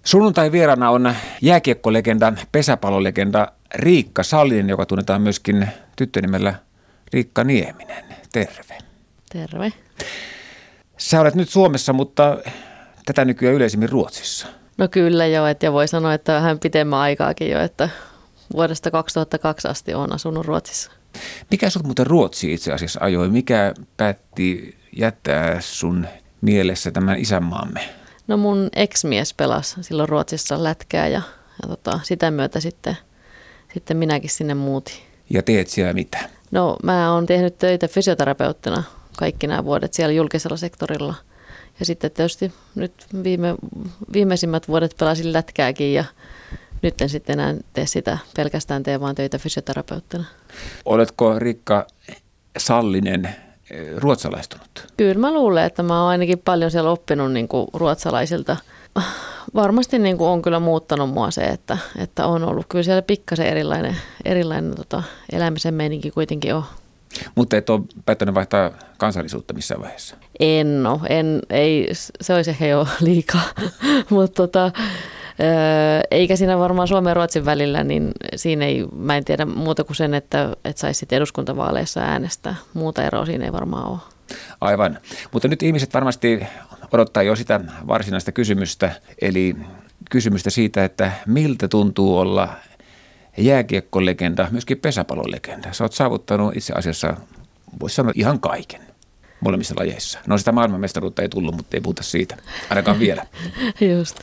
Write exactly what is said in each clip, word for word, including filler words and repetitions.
Sunnuntai vieraana on jääkiekkolegenda, pesäpallolegenda Riikka Sallinen, joka tunnetaan myöskin tyttönimellä Riikka Nieminen. Terve. Terve. Sä olet nyt Suomessa, mutta tätä nykyään yleisimmin Ruotsissa. No kyllä jo, et ja voi sanoa, että vähän pitemmän aikaakin jo, että vuodesta kaksituhattakaksi asti olen asunut Ruotsissa. Mikä sut muuten Ruotsiin itse asiassa ajoi? Mikä päätti jättää sun mielessä tämän isänmaamme? No mun ex-mies pelasi silloin Ruotsissa lätkää ja, ja tota, sitä myötä sitten, sitten minäkin sinne muutin. Ja teet siellä mitä? No mä oon tehnyt töitä fysioterapeuttina kaikki nämä vuodet siellä julkisella sektorilla. Ja sitten tietysti nyt viime, viimeisimmät vuodet pelasin lätkääkin ja nyt en sitten enää tee sitä, pelkästään tee vaan töitä fysioterapeuttina. Oletko Riikka Sallinen ruotsalaistunut? Kyllä mä luulen, että mä oon ainakin paljon siellä oppinut niin kuin ruotsalaisilta. Varmasti niin kuin on kyllä muuttanut mua se, että, että on ollut kyllä siellä pikkasen erilainen, erilainen tota, elämisen meininki kuitenkin on. Mutta et ole päättänyt vaihtaa kansallisuutta missään vaiheessa? En ole, en, ei, se olisi ehkä jo liikaa, mutta tota, eikä siinä varmaan Suomen ja Ruotsin välillä, niin siinä ei, mä en tiedä muuta kuin sen, että, että saisi sitten eduskuntavaaleissa äänestää. Muuta eroa siinä ei varmaan ole. Aivan, mutta nyt ihmiset varmasti odottaa jo sitä varsinaista kysymystä, eli kysymystä siitä, että miltä tuntuu olla jääkiekkolegenda, myöskin pesäpallolegenda. Sä oot saavuttanut itse asiassa, voisi sanoa, ihan kaiken molemmissa lajeissa. No sitä maailmanmestaruutta ei tullut, mutta ei puhuta siitä, ainakaan vielä. Just.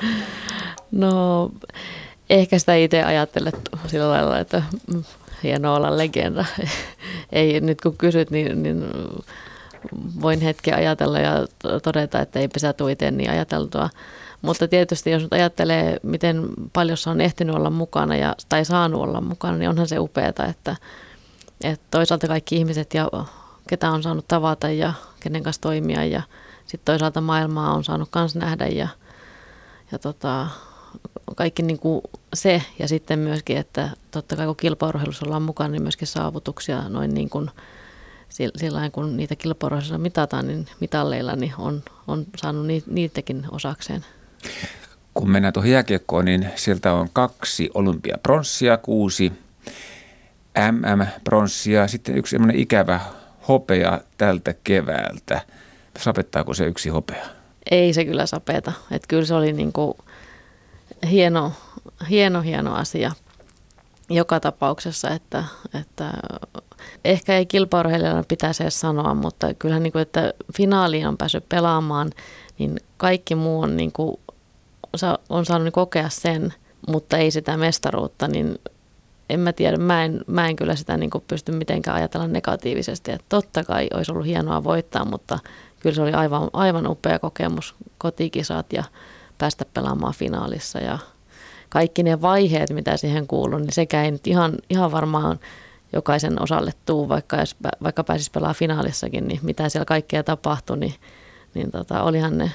No ehkä sitä itse ajattelet sillä lailla, että hienoa olla legenda. Ei, nyt kun kysyt, niin, niin voin hetken ajatella ja todeta, että ei pesä tule itse niin ajateltua. Mutta tietysti jos nyt ajattelee, miten paljon se on ehtinyt olla mukana ja, tai saanut olla mukana, niin onhan se upeata, että, että toisaalta kaikki ihmiset ja ketä on saanut tavata ja kenen kanssa toimia ja sitten toisaalta maailmaa on saanut kanssa nähdä ja, ja tota, kaikki niin kuin se ja sitten myöskin, että totta kai kun kilpaurheilussa ollaan mukana, niin myöskin saavutuksia noin niin kuin sillä kun niitä kilpaurheilussa mitataan, niin mitalleilla niin on, on saanut niitäkin osakseen. Kun mennään tuohon jääkiekkoon, niin sieltä on kaksi olympiapronssia, kuusi äm äm-pronssia, sitten yksi semmoinen ikävä hopea tältä keväältä. Sapettaako se yksi hopea? Ei se kyllä sapeta. Että kyllä se oli niin kuin hieno, hieno, hieno asia joka tapauksessa, että, että ehkä ei kilpaurheilijana pitäisi edes sanoa, mutta kyllähän niin kuin, että finaaliin on päässyt pelaamaan, niin kaikki muu on, niin kuin, on saanut kokea sen, mutta ei sitä mestaruutta, niin en mä tiedä, mä en, mä en kyllä sitä niin kuin pysty mitenkään ajatella negatiivisesti, että totta kai olisi ollut hienoa voittaa, mutta kyllä se oli aivan, aivan upea kokemus, kotikisat ja päästä pelaamaan finaalissa ja kaikki ne vaiheet, mitä siihen kuuluu, niin sekä ei nyt ihan, ihan varmaan jokaisen osalle tuu, vaikka, jos, vaikka pääsisi pelaamaan finaalissakin, niin mitä siellä kaikkea tapahtui, niin, niin tota, olihan ne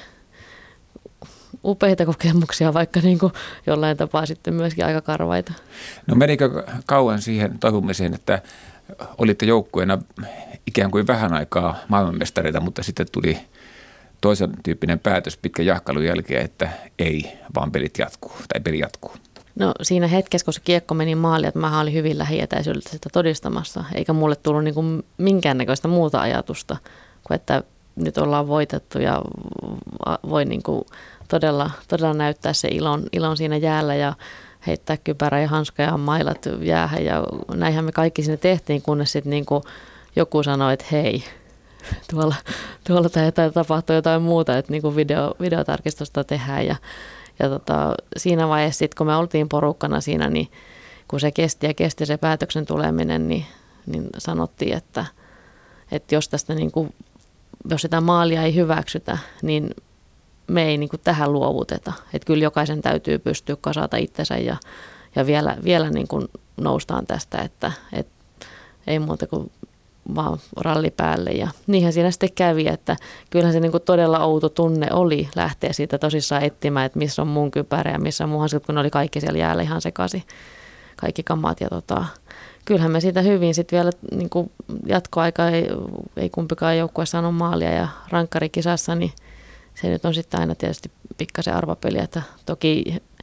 upeita kokemuksia, vaikka niin kuin jollain tapaa sitten myöskin aika karvaita. No menikö kauan siihen toipumiseen, että olitte joukkueena ikään kuin vähän aikaa maailmanmestareita, mutta sitten tuli toisen tyyppinen päätös pitkän jahkailun jälkeen, että ei, vaan pelit jatkuu, tai peli jatkuu? No siinä hetkessä, kun se kiekko meni maaliin, että mä olin hyvin lähietäisyydeltä sitä todistamassa, eikä mulle tullut niin kuin minkäännäköistä muuta ajatusta, kuin että nyt ollaan voitettu ja voi niin kuin todella, todella näyttää se ilon, ilon siinä jäällä ja heittää kypärä ja hanska ja mailat jäähän ja näinhän me kaikki sinne tehtiin, kunnes sitten niin kuin joku sanoi, että hei, tuolla, tuolla tai tapahtuu jotain muuta, että niin kuin video, videotarkistusta tehdään ja, ja tota, siinä vaiheessa sitten, kun me oltiin porukkana siinä, niin kun se kesti ja kesti se päätöksen tuleminen, niin, niin sanottiin, että, että jos tästä niin kuin, jos sitä maalia ei hyväksytä, niin me ei niin kuin tähän luovuteta. Että kyllä jokaisen täytyy pystyä kasata itsensä ja, ja vielä, vielä niin kuin noustaan tästä, että, että ei muuta kuin vaan ralli päälle. Ja niinhän siinä sitten kävi, että kyllähän se niin kuin todella outo tunne oli lähteä siitä tosissaan etsimään, että missä on mun kypärä ja missä on mun hanskat, kun ne oli kaikki siellä jäällä ihan sekaisin, kaikki kamat. Ja tota, kyllähän me siitä hyvin sitten vielä niin kuin jatkoaika ei, ei kumpikaan joukkue saanut maalia ja rankkarikisassa, niin se nyt on sitten aina tietysti pikkasen arvapeli, että toki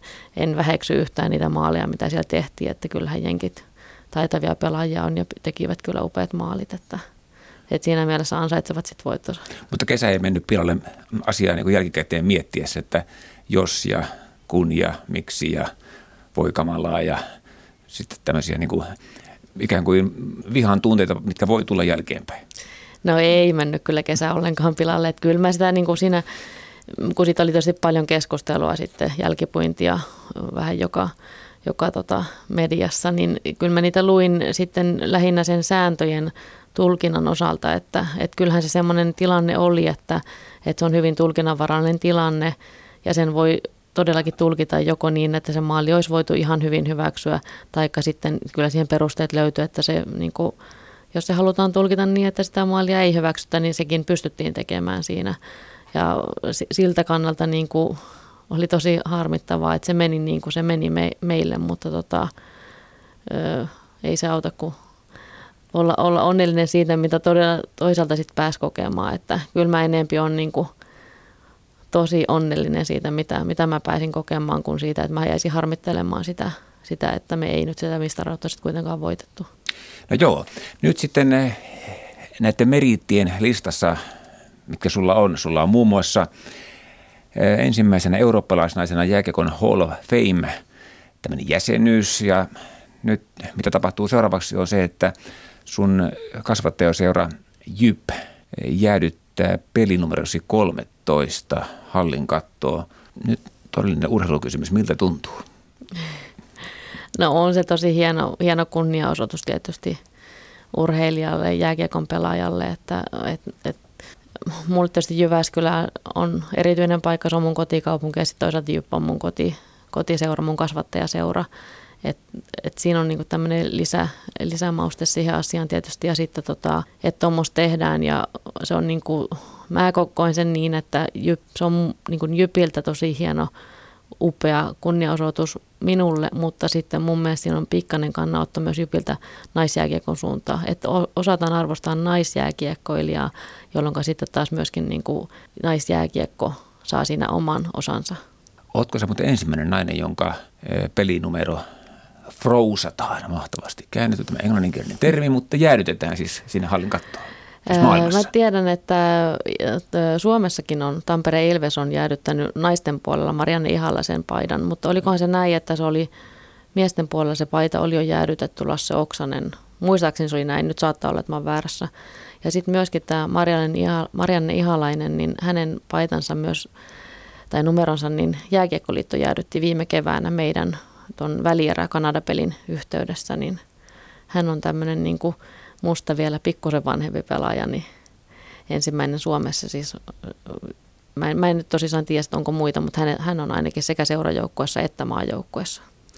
en väheksy yhtään niitä maaleja, mitä siellä tehtiin, että kyllähän jenkit taitavia pelaajia on ja tekivät kyllä upeat maalit, että, että siinä mielessä ansaitsevat sitten voittonsa. Mutta kesä ei mennyt pilalle asiaa niin kuin jälkikäteen miettiessä, että jos ja kun ja miksi ja voi kamalaa ja sitten tämmöisiä niin kuin ikään kuin vihan tunteita, mitkä voi tulla jälkeenpäin. No ei mennyt kyllä kesä ollenkaan pilalle, että kyllä mä sitä niin kuin siinä, kun siitä oli tosi paljon keskustelua sitten jälkipuintia vähän joka, joka tota mediassa, niin kyllä mä niitä luin sitten lähinnä sen sääntöjen tulkinnan osalta, että, että kyllähän se semmoinen tilanne oli, että, että se on hyvin tulkinnanvarainen tilanne ja sen voi todellakin tulkita joko niin, että se maali olisi voitu ihan hyvin hyväksyä, taikka sitten kyllä siihen perusteet löytyy, että se, niin kuin, jos se halutaan tulkita niin, että sitä maalia ei hyväksytä, niin sekin pystyttiin tekemään siinä. Ja siltä kannalta niin kuin oli tosi harmittavaa, että se meni niin kuin se meni me, meille, mutta tota, ö, ei se auta kuin olla, olla onnellinen siitä, mitä todella toisaalta sitten pääsi kokemaan, että kyllä mä enempi on niin kuin tosi onnellinen siitä, mitä, mitä mä pääsin kokemaan, kuin siitä, että mä jäisin harmittelemaan sitä, sitä että me ei nyt sitä mestaruutta sitten kuitenkaan voitettu. No joo, nyt sitten näiden meriittien listassa, mitkä sulla on, sulla on muun muassa ensimmäisenä eurooppalaisnaisena jääkiekon Hall of Fame, tämmöinen jäsenyys, ja nyt mitä tapahtuu seuraavaksi on se, että sun kasvattajaseura Jyp jäädyttää pelinumerosi kolmetoista hallin kattoa. Nyt todellinen urheilukysymys, miltä tuntuu? No on se tosi hieno, hieno kunniaosoitus tietysti urheilijalle, jääkiekon pelaajalle, että et, et, mulle tietysti Jyväskylä on erityinen paikka, se on mun kotikaupunki ja sitten toisaalta Jyp on mun koti, kotiseura, mun kasvattajaseura. Et, et siinä on niinku tämmöinen lisä, lisämauste siihen asiaan tietysti ja sitten tota, että tuommoista tehdään ja se on niinku, mä kokoin sen niin, että Jyp, se on niinku Jypiltä tosi hieno, upea kunniaosoitus minulle, mutta sitten mun mielestä siinä on pikkainen kannanotto myös Jypiltä naisjääkiekon suuntaan, että osataan arvostaa naisjääkiekkoilijaa, jolloin sitten taas myöskin niinku naisjääkiekko saa siinä oman osansa. Ootko sä muuten ensimmäinen nainen, jonka pelinumero frousataan mahtavasti? Käännetty tämä englanninkielinen termi, mutta jäädytetään siis sinne hallin kattoon. Siis mä tiedän, että Suomessakin on, Tampereen Ilves on jäädyttänyt naisten puolella Marianne Ihalaisen paidan, mutta olikohan se näin, että se oli miesten puolella se paita oli jo jäädytetty Lasse Oksanen. Muistaakseni se oli näin, nyt saattaa olla, että mä oon väärässä. Ja sitten myöskin tämä Marianne, Iha, Marianne Ihalainen, niin hänen paitansa myös, tai numeronsa, niin Jääkiekkoliitto jäädytti viime keväänä meidän tuon välierä Kanada-pelin yhteydessä, niin hän on tämmöinen niin kuin musta vielä pikkusen vanhempi pelaaja, niin ensimmäinen Suomessa siis, mä en, mä en nyt tosissaan tiedä, onko muita, mutta hän, hän on ainakin sekä seurajoukkueessa että maajoukkueessa.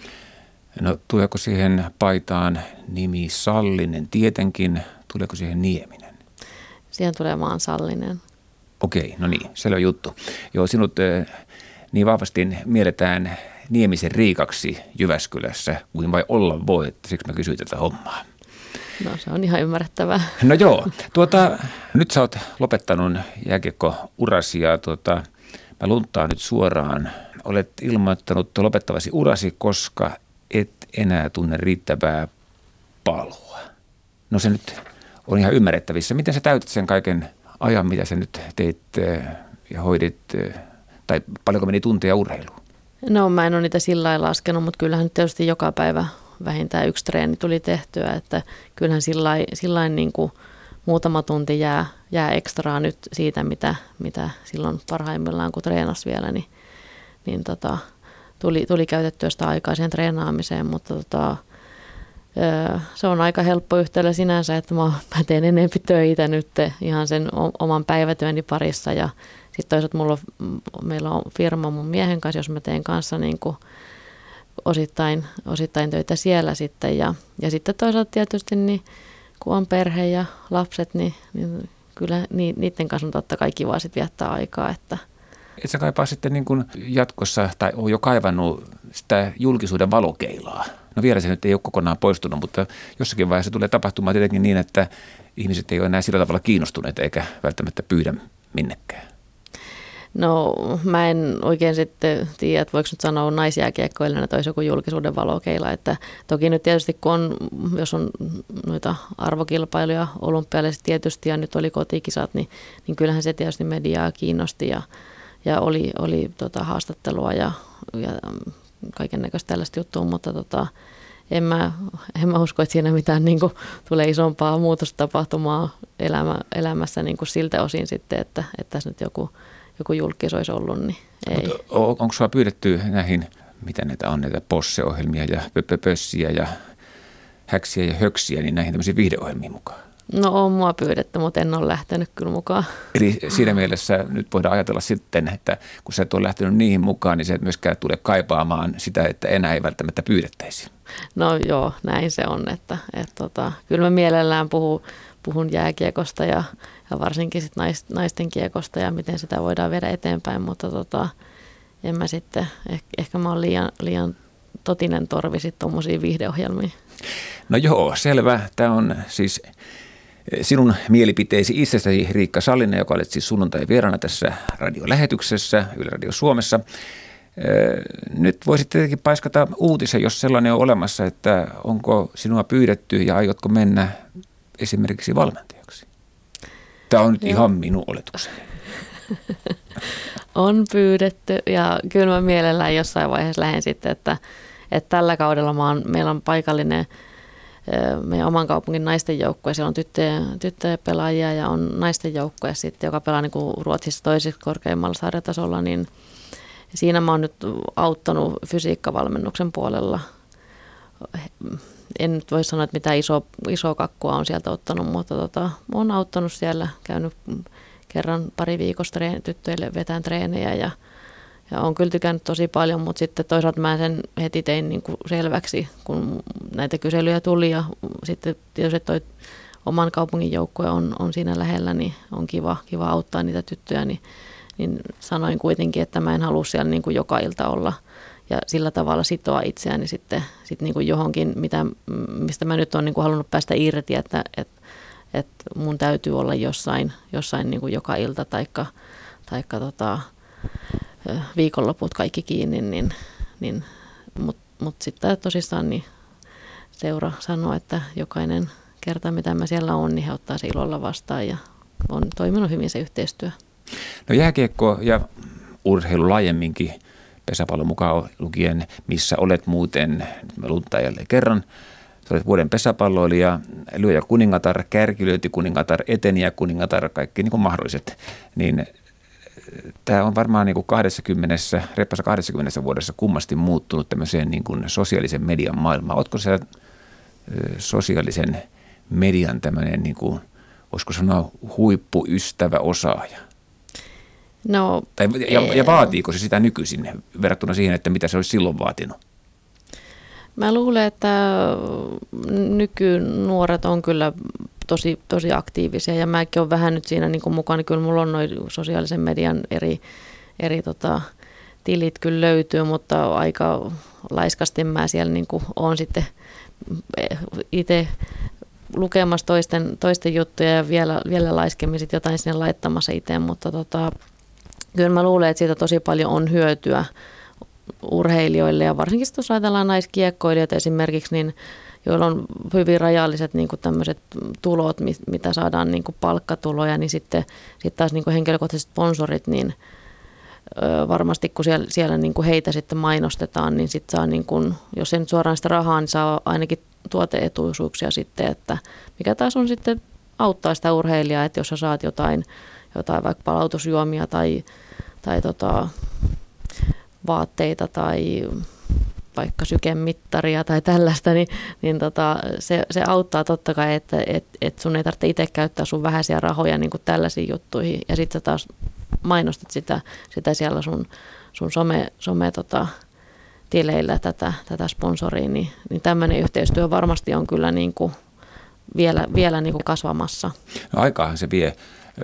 No tuleeko siihen paitaan nimi Sallinen? Tietenkin. Tuleeko siihen Nieminen? Siihen tulee vaan Sallinen. Okei, no niin, selvä juttu. Joo, sinut äh, niin vahvasti mielletään Niemisen Riikaksi Jyväskylässä, kuin vai olla voi, että siksi mä kysyin tätä hommaa. No se on ihan ymmärrettävää. No joo, tuota, nyt sä oot lopettanut jääkiekko-urasi ja tuota, mä lunttaan nyt suoraan. Olet ilmoittanut lopettavasi urasi, koska et enää tunne riittävää palua. No se nyt on ihan ymmärrettävissä. Miten sä täytät sen kaiken ajan, mitä sä nyt teit ja hoidit, tai paljonko meni tunteja urheiluun? No mä en ole niitä sillä lailla laskenut, mutta kyllähän nyt tietysti joka päivä vähintään yksi treeni tuli tehtyä, että kyllähän sillä niin kuin muutama tunti jää, jää ekstraa nyt siitä, mitä, mitä silloin parhaimmillaan kun treenasi vielä, niin, niin tota, tuli, tuli käytettyä sitä aikaa siihen treenaamiseen, mutta tota, se on aika helppo yhtälö sinänsä, että mä teen enemmän töitä nyt ihan sen oman päivätyöni parissa ja sitten toisaalta mulla on, meillä on firma mun miehen kanssa, jos mä teen kanssa niin kuin osittain, osittain töitä siellä sitten ja, ja sitten toisaalta tietysti niin, kun on perhe ja lapset, niin, niin kyllä ni, niiden kanssa on totta kai kiva sitten viettää aikaa. Että. Et sä kaipaa sitten niin kuin jatkossa tai on jo kaivannut sitä julkisuuden valokeilaa? No vielä se nyt ei ole kokonaan poistunut, mutta jossakin vaiheessa tulee tapahtumaan tietenkin niin, että ihmiset ei ole enää sillä tavalla kiinnostuneita eikä välttämättä pyydä minnekään. No mä en oikein sitten tiedä, että voiko nyt sanoa naisjääkiekkoilijana, että olisi joku julkisuuden valokeila. Että toki nyt tietysti kun on, jos on noita arvokilpailuja, olympialaiset tietysti ja nyt oli kotikisat, niin, niin kyllähän se tietysti mediaa kiinnosti ja, ja oli, oli tota haastattelua ja, ja kaiken näköistä tällaista juttua, mutta tota, en, mä, en mä usko, että siinä mitään niin kuin, tulee isompaa muutostapahtumaa elämä, elämässä niin kuin siltä osin sitten, että, että tässä nyt joku joku julkis olisi ollut, niin ei. Mutta onko sinua pyydetty näihin, mitä näitä on, näitä posse-ohjelmia ja pössiä ja häksiä ja höksiä, niin näihin tämmöisiin viihdeohjelmiin mukaan? No on mua pyydetty, mutta en ole lähtenyt kyllä mukaan. Eli siinä mielessä nyt voidaan ajatella sitten, että kun sä et ole lähtenyt niihin mukaan, niin se et myöskään tule kaipaamaan sitä, että enää ei välttämättä pyydettäisi. No joo, näin se on, että, että tota, kyllä mä mielellään puhun, puhun jääkiekosta ja Ja varsinkin sit naisten kiekosta ja miten sitä voidaan viedä eteenpäin, mutta tota, en mä sitten, ehkä, ehkä mä oon liian, liian totinen torvi sitten tuommoisiin viihdeohjelmiin. No joo, selvä. Tämä on siis sinun mielipiteesi itsestäsi, Riikka Sallinen, joka olet siis sunnuntai vieraana tässä radiolähetyksessä Yle Radio Suomessa. Nyt voisit tietenkin paiskata uutisen, jos sellainen on olemassa, että onko sinua pyydetty ja aiotko mennä esimerkiksi valmentajaksi? Tämä on nyt Joo. ihan minun oletukseni. On pyydetty ja kyllä mä mielellään jossain vaiheessa lähden sitten, että, että tällä kaudella mä oon, meillä on paikallinen meidän oman kaupungin naisten joukkue. Siellä on tyttöjen, tyttöjen pelaajia ja on naisten joukkue sitten, joka pelaa niin kuin Ruotsissa toisessa korkeimmalla sarjatasolla. Niin siinä mä oon nyt auttanut fysiikkavalmennuksen puolella. En nyt voi sanoa, että mitä iso, iso kakkua on sieltä ottanut, mutta tota, olen auttanut siellä, käynyt kerran pari viikossa treen, tyttöille vetään treenejä ja, ja olen kyllä tykännyt tosi paljon, mutta sitten toisaalta mä sen heti tein niin kuin selväksi, kun näitä kyselyjä tuli ja sitten tietysti toi oman kaupungin joukkue on, on siinä lähellä, niin on kiva, kiva auttaa niitä tyttöjä, niin, niin sanoin kuitenkin, että mä en halua siellä niin kuin joka ilta olla ja sillä tavalla sitoa itseäni sitten sit niin kuin johonkin, mitä, mistä mä nyt olen niin kuin halunnut päästä irti, että, että, että mun täytyy olla jossain, jossain niin kuin joka ilta taikka, taikka tota, viikonloput kaikki kiinni, niin, niin, mutta mut sitten tosissaan niin seura sanoo, että jokainen kerta mitä mä siellä on, niin he ottaa se ilolla vastaan ja on toiminut hyvin se yhteistyö. No jääkiekko ja urheilu laajemminkin, pesäpallon mukaan lukien, missä olet muuten, mä luntaan jälleen kerran, sä olet vuoden pesäpalloilija, lyöjä kuningatar, kärkilyöti kuningatar, eteniä kuningatar, kaikki niin kuin mahdolliset, niin tämä on varmaan niin kuin kaksikymmentä, reppassa kaksikymmentä vuodessa kummasti muuttunut tämmöiseen niin kuin sosiaalisen median maailmaan. Ootko sä sosiaalisen median tämmöinen, niin kuin, voisiko sanoa, huippuystävä, osaaja? No, tai, ja, ja vaatiiko se sitä nykyisin verrattuna siihen, että mitä se olisi silloin vaatinut? Mä luulen, että nykynuoret on kyllä tosi, tosi aktiivisia ja mäkin olen vähän nyt siinä niin kuin mukana. Kyllä mulla on noin sosiaalisen median eri, eri tota, tilit kyllä löytyy, mutta aika laiskasti mä siellä niin kuin olen sitten itse lukemassa toisten, toisten juttuja ja vielä, vielä laiskemmin sitten jotain sinne laittamassa itse, mutta tota, kyllä mä luulen, että siitä tosi paljon on hyötyä urheilijoille ja varsinkin jos ajatellaan naiskiekkoilijoita esimerkiksi, niin joilla on hyvin rajalliset niin kuin tämmöiset tulot, mitä saadaan niin kuin palkkatuloja, niin sitten sit taas niin kuin henkilökohtaiset sponsorit, niin ö, varmasti kun siellä, siellä niin kuin heitä sitten mainostetaan, niin sitten saa, niin kuin, jos ei nyt suoraan sitä rahaa, niin saa ainakin tuoteetuisuuksia sitten, että mikä taas on sitten auttaa sitä urheilijaa, että jos sä saat jotain, jotain vaikka palautusjuomia tai, tai tota, vaatteita tai vaikka sykemittaria tai tällaista, niin, niin tota, se, se auttaa totta kai, että et, et sun ei tarvitse itse käyttää sun vähäisiä rahoja niin kuin tällaisiin juttuihin. Ja sitten sä taas mainostat sitä, sitä siellä sun, sun some, some tota, tileillä tätä, tätä sponsoria, niin, niin tämmöinen yhteistyö varmasti on kyllä niin kuin vielä, vielä niin kuin kasvamassa. No aikaahan se vie.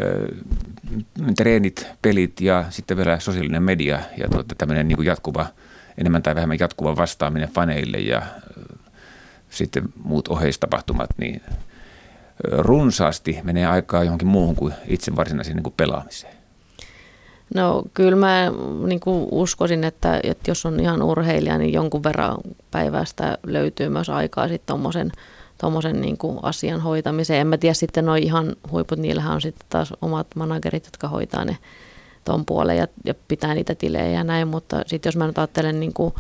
Treenit, pelit ja sitten vielä sosiaalinen media ja tuota, tämmöinen niin kuin jatkuva, enemmän tai vähemmän jatkuva vastaaminen faneille ja sitten muut oheistapahtumat, niin runsaasti menee aikaa johonkin muuhun kuin itse varsinaiseen niin kuin pelaamiseen. No kyllä mä niin kuin uskoisin, että, että jos on ihan urheilija, niin jonkun verran päivästä löytyy myös aikaa sitten tuommoisen tommosen niin kuin asian hoitamiseen. En mä tiedä sitten nuo ihan huiput, niillähän on sitten taas omat managerit, jotka hoitaa ne ton puolen ja, ja pitää niitä tilejä ja näin, mutta sitten jos mä nyt ajattelen, niin kuin,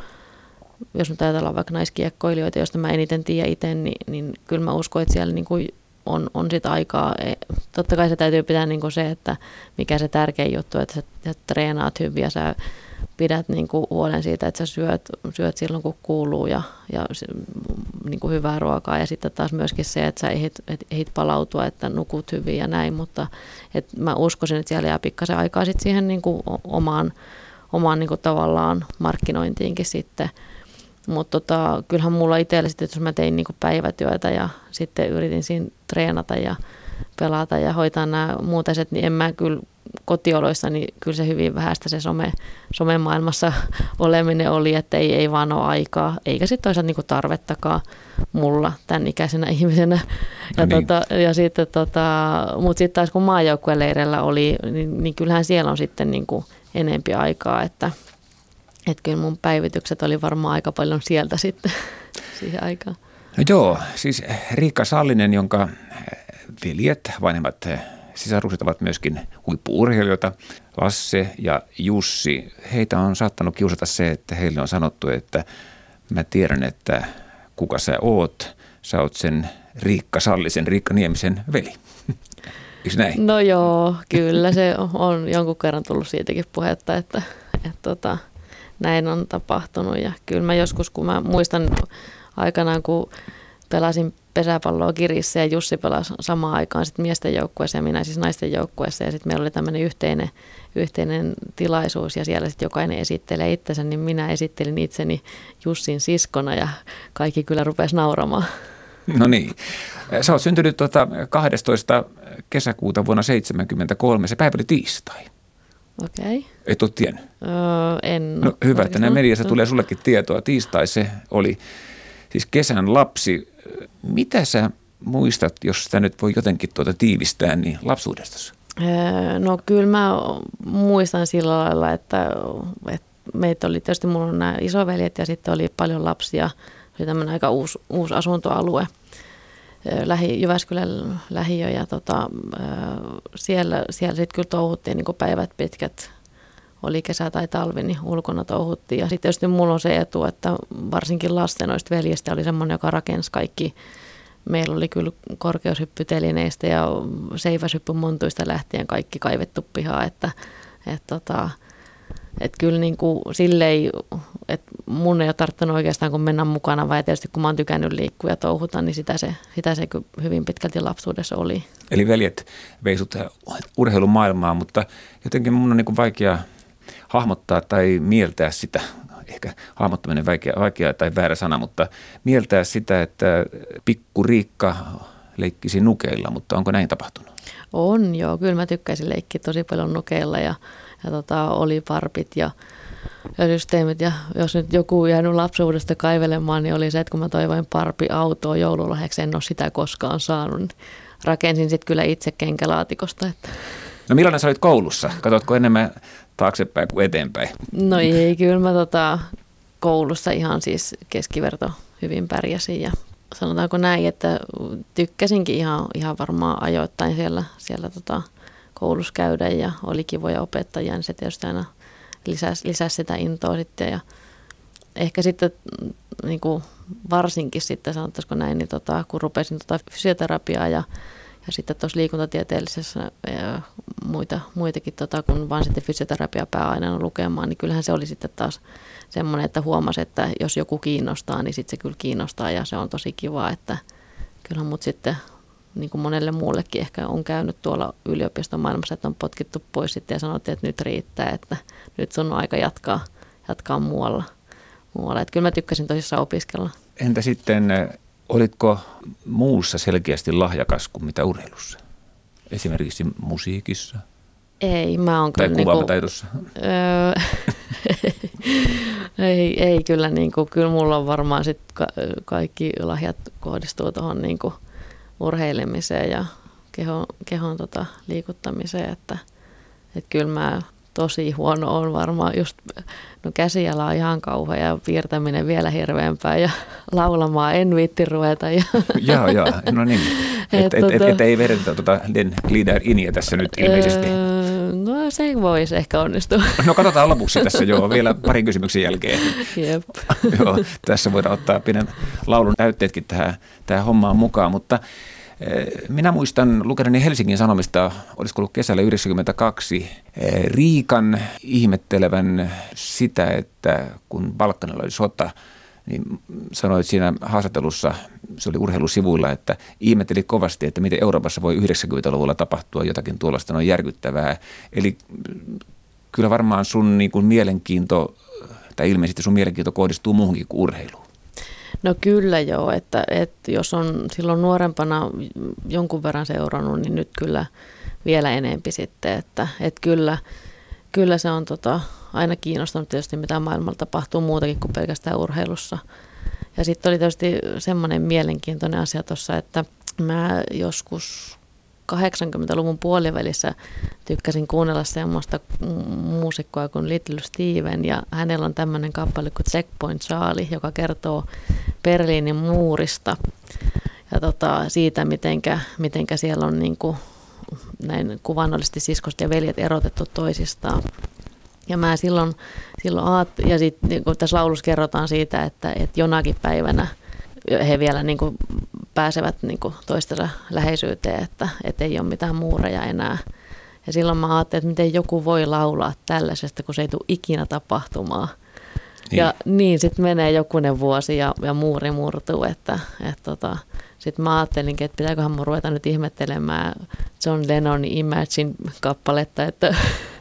jos nyt ajatellaan vaikka naiskiekkoilijoita, joista mä eniten tiedän itse, niin, niin kyllä mä uskon, että siellä niin kuin on, on sit aikaa. Totta kai se täytyy pitää niin kuin se, että mikä se tärkein juttu, että sä, sä treenaat hyvin ja sä pidät niin kuin huolen siitä, että sä syöt, syöt silloin kun kuuluu ja, ja niin kuin hyvää ruokaa ja sitten taas myöskin se, että sä ehdit, ehdit palautua, että nukut hyvin ja näin, mutta et mä uskoisin, että siellä jää pikkasen aikaa sit siihen niin kuin omaan, omaan niin kuin tavallaan markkinointiinkin sitten. Mutta tota, kyllähän mulla itsellä sitten, jos mä tein niinku päivätyötä ja sitten yritin siinä treenata ja pelata ja hoitaa nämä muutaiset, niin en mä kyllä kotioloissa, niin kyllä se hyvin vähäistä se some, somemaailmassa oleminen oli, että ei, ei vaan ole aikaa, eikä sitten toisaalta niinku tarvettakaan mulla tämän ikäisenä ihmisenä. Ja, no niin. tota, ja sitten tota, mutta sitten taas kun maajoukkueleirillä oli, niin, niin kyllähän siellä on sitten niinku enempi aikaa, että että kyllä mun päivitykset oli varmaan aika paljon sieltä sitten siihen aikaan. No joo, siis Riikka Sallinen, jonka veljet, vanhemmat sisarukset ovat myöskin huippu-urheilijoita, Lasse ja Jussi. Heitä on saattanut kiusata se, että heille on sanottu, että mä tiedän, että kuka sä oot. Sä oot sen Riikka Sallisen, Riikka Niemisen veli. Eikö näin? No joo, kyllä se on jonkun kerran tullut siitäkin puhetta, että, että tota, näin on tapahtunut ja kyllä mä joskus, kun mä muistan aikanaan, kun pelasin pesäpalloa Kirissä ja Jussi pelasi samaan aikaan sitten miesten joukkueessa ja minä siis naisten joukkueessa ja sitten meillä oli tämmöinen yhteinen, yhteinen tilaisuus ja siellä sitten jokainen esittelee itsensä, niin minä esittelin itseni Jussin siskona ja kaikki kyllä rupesi nauramaan. No niin. Sä oot syntynyt tuota kahdestoista kesäkuuta vuonna seitsemänkymmentäkolme, se päivä oli tiistai. Okei. Okay. Et ole tiennyt? Öö, en. No hyvä, että näin mediassa tulee sullekin tietoa. Tiistai se oli siis kesän lapsi. Mitä sä muistat, jos sitä nyt voi jotenkin tuota tiivistää, niin lapsuudestasi? Öö, no kyllä mä muistan sillä lailla, että, että meitä oli tietysti, mulla on nämä isoveljet ja sitten oli paljon lapsia. Oli tämmöinen aika uusi, uusi asuntoalue. Lähi, Jyväskylän lähiö ja tota, siellä, siellä sitten kyllä touhuttiin niin päivät pitkät, oli kesä tai talvi, niin ulkona touhuttiin. Ja sitten tietysti mulla on se etu, että varsinkin lasten noista veljestä oli semmoinen, joka rakensi kaikki. Meillä oli kyllä korkeushyppytelineistä ja seiväshyppymontuista lähtien kaikki kaivettu pihaa, että et tota, et kyllä niin kuin silleen, että mun ei ole tarttunut oikeastaan kun mennä mukana, vai tietysti kun mä oon tykännyt liikkua ja touhuta, niin sitä se, sitä se hyvin pitkälti lapsuudessa oli. Eli veljet veisut urheilumaailmaa, mutta jotenkin mun on niin kuin vaikea hahmottaa tai mieltää sitä, ehkä hahmottaminen vaikea, vaikea tai väärä sana, mutta mieltää sitä, että pikku Riikka leikkisi nukeilla, mutta onko näin tapahtunut? On joo, kyllä mä tykkäisin leikkiä tosi paljon nukeilla ja, ja tota, oli parpit ja ja systeemit. Ja jos nyt joku jäänyt lapsuudesta kaivelemaan, niin oli se, että kun mä toivoin parpi-autoa joululahjaksi, en ole sitä koskaan saanut. Niin rakensin sitten kyllä itse kenkälaatikosta. Että. No millainen sä olit koulussa? Katsotko enemmän taaksepäin kuin eteenpäin? No ei, kyllä mä tota, koulussa ihan siis keskiverto hyvin pärjäsin ja sanotaanko näin, että tykkäsinkin ihan, ihan varmaan ajoittain siellä, siellä tota, koulussa käydä ja oli kivoja opettajia, niin se tietysti aina lisäsi, lisäsi sitä intoa sitten ja ehkä sitten niin kuin varsinkin sitten sanottaisiko näin, niin tota, kun rupesin tota fysioterapiaa ja, ja sitten tuossa liikuntatieteellisessä ja muita, muitakin, tota, kun vaan sitten fysioterapiaa pääaineena lukemaan, niin kyllähän se oli sitten taas semmoinen, että huomasi, että jos joku kiinnostaa, niin sitten se kyllä kiinnostaa ja se on tosi kiva, että kyllähän mut sitten niin kuin monelle muullekin ehkä on käynyt tuolla yliopistomaailmassa, että on potkittu pois sitten ja sanottiin, että nyt riittää, että nyt sun on aika jatkaa, jatkaa muualla. muualla. Että kyllä mä tykkäsin tosissaan opiskella. Entä sitten, olitko muussa selkeästi lahjakas kuin mitä urheilussa? Esimerkiksi musiikissa? Ei, mä oon kyllä tai kuvaamataidossa? Niin ei, ei kyllä, niin kuin, kyllä mulla on varmaan sit ka- kaikki lahjat kohdistuu tuohon niin kuin urheilemiseen ja kehon, kehon tota, liikuttamiseen, että, että kyllä mä tosi huono on varmaan just, no käsijala on ihan kauhea ja piirtäminen vielä hirveämpää ja laulamaan en viitti ruveta. Ja joo, joo, no niin. Että et, et, et, et ei vedetä tuota Den Glider Inia tässä nyt ilmeisesti. Öö, no se voisi ehkä onnistua. No katsotaan lopuksi tässä joo, vielä parin kysymyksen jälkeen. Jep. Joo, tässä voidaan ottaa pienen laulun näytteetkin tähän, tähän hommaan mukaan, mutta minä muistan lukeneeni Helsingin Sanomista, olisiko ollut kesällä yhdeksänkymmentäkaksi, Riikan ihmettelevän sitä, että kun Balkanilla oli sota, niin sanoit siinä haastattelussa, se oli urheilusivuilla, että ihmetteli kovasti, että miten Euroopassa voi yhdeksänkymmentäluvulla tapahtua jotakin tuollaista noin järkyttävää. Eli kyllä varmaan sun niin kuin mielenkiinto, tai ilmeisesti sun mielenkiinto kohdistuu muuhunkin kuin urheiluun. No kyllä joo, että, että jos on silloin nuorempana jonkun verran seurannut, niin nyt kyllä vielä enempi sitten, että, että kyllä, kyllä se on tota, aina kiinnostanut tietysti mitä maailmalla tapahtuu muutakin kuin pelkästään urheilussa. Ja sitten oli tietysti semmoinen mielenkiintoinen asia tuossa, että mä joskus kahdeksankymmentäluvun puolivälissä tykkäsin kuunnella semmoista muusikkoa kuin Little Steven, ja hänellä on tämmöinen kappale kuin Checkpoint Charlie, joka kertoo Berliinin muurista ja tota, siitä, mitenkä, mitenkä siellä on niin kuin näin kuvannollisesti siskost ja veljet erotettu toisistaan. Ja mä silloin, silloin aat, ja sit, niin kun tässä laulussa kerrotaan siitä, että, että jonakin päivänä he vielä niin kuin pääsevät niin kuin toistensa läheisyyteen, että, että ei ole mitään muureja enää. Ja silloin mä ajattelin, että miten joku voi laulaa tällaisesta, kun se ei tule ikinä tapahtumaan. Niin. Ja niin sitten menee jokunen vuosi ja, ja muuri murtuu, että, että tota, sitten mä ajattelinkin, että pitääköhän mun ruveta nyt ihmettelemään John Lennonin Imagine-kappaletta, että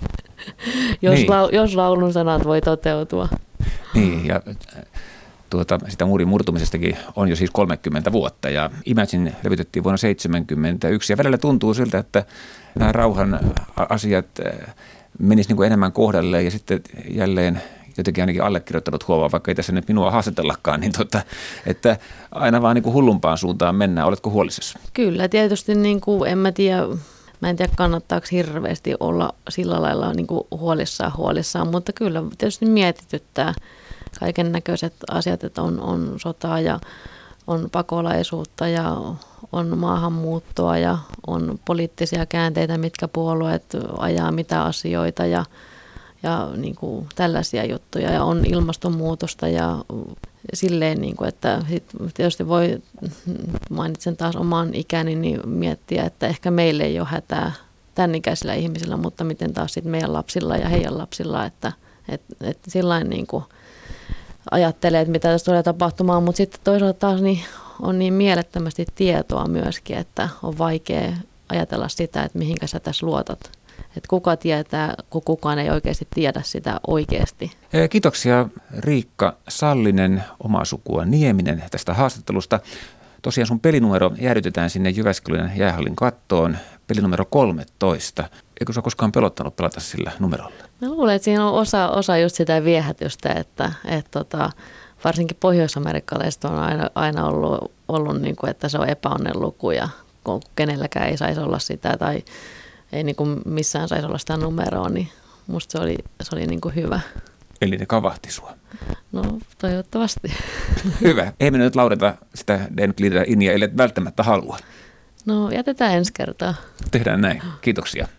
jos, niin. lau, jos laulun sanat voi toteutua. Niin, ja tuota, sitä muurin murtumisestakin on jo siis kolmekymmentä vuotta, ja Imagine levytettiin vuonna seitsemänkymmentäyksi, ja välillä tuntuu siltä, että nämä rauhan asiat menisivät niin kuin enemmän kohdalleen, ja sitten jälleen jotenkin ainakin allekirjoittanut huomaa, vaikka ei tässä nyt minua haastatellakaan, niin tota, että aina vaan niin kuin hullumpaan suuntaan mennään. Oletko huolisessa? Kyllä, tietysti niin kuin, en mä tiedä, mä en tiedä kannattaako hirveästi olla sillä lailla niin kuin huolissaan huolissaan, mutta kyllä tietysti mietityttää kaiken näköiset asiat, että on, on sotaa ja on pakolaisuutta ja on maahanmuuttoa ja on poliittisia käänteitä, mitkä puolueet ajaa mitä asioita ja ja niin kuin tällaisia juttuja ja on ilmastonmuutosta ja silleen, niin kuin, että sit tietysti voi, mainitsen taas oman ikäni, niin miettiä, että ehkä meille ei ole hätää tämän ikäisillä ihmisillä, mutta miten taas sit meidän lapsilla ja heidän lapsilla, että et, et sillain niin kuin ajattelee, että mitä tässä tulee tapahtumaan, mutta sitten toisaalta taas niin on niin mielettömästi tietoa myöskin, että on vaikea ajatella sitä, että mihinkä sä tässä luotat. Että kuka tietää, kun kukaan ei oikeasti tiedä sitä oikeasti. Kiitoksia Riikka Sallinen, omaa sukua Nieminen tästä haastattelusta. Tosiaan sun pelinumero jäädytetään sinne Jyväskylän jäähallin kattoon, pelinumero kolmetoista. Eikö sä koskaan pelottanut pelata sillä numerolla? Mä luulen, että siinä on osa, osa just sitä viehätystä, että, että tota, varsinkin pohjois-amerikkalaiset on aina, aina ollut, ollut niin kuin, että se on epäonnen luku ja kenelläkään ei saisi olla sitä tai ei niin kuin missään saisi olla sitä numeroa, niin musta se oli, se oli niin kuin hyvä. Eli ne kavahti sua? No toivottavasti. Hyvä. Ei me nyt laudeta sitä Den Glider Inia, ellei välttämättä halua. No jätetään ensi kertaa. Tehdään näin. Kiitoksia.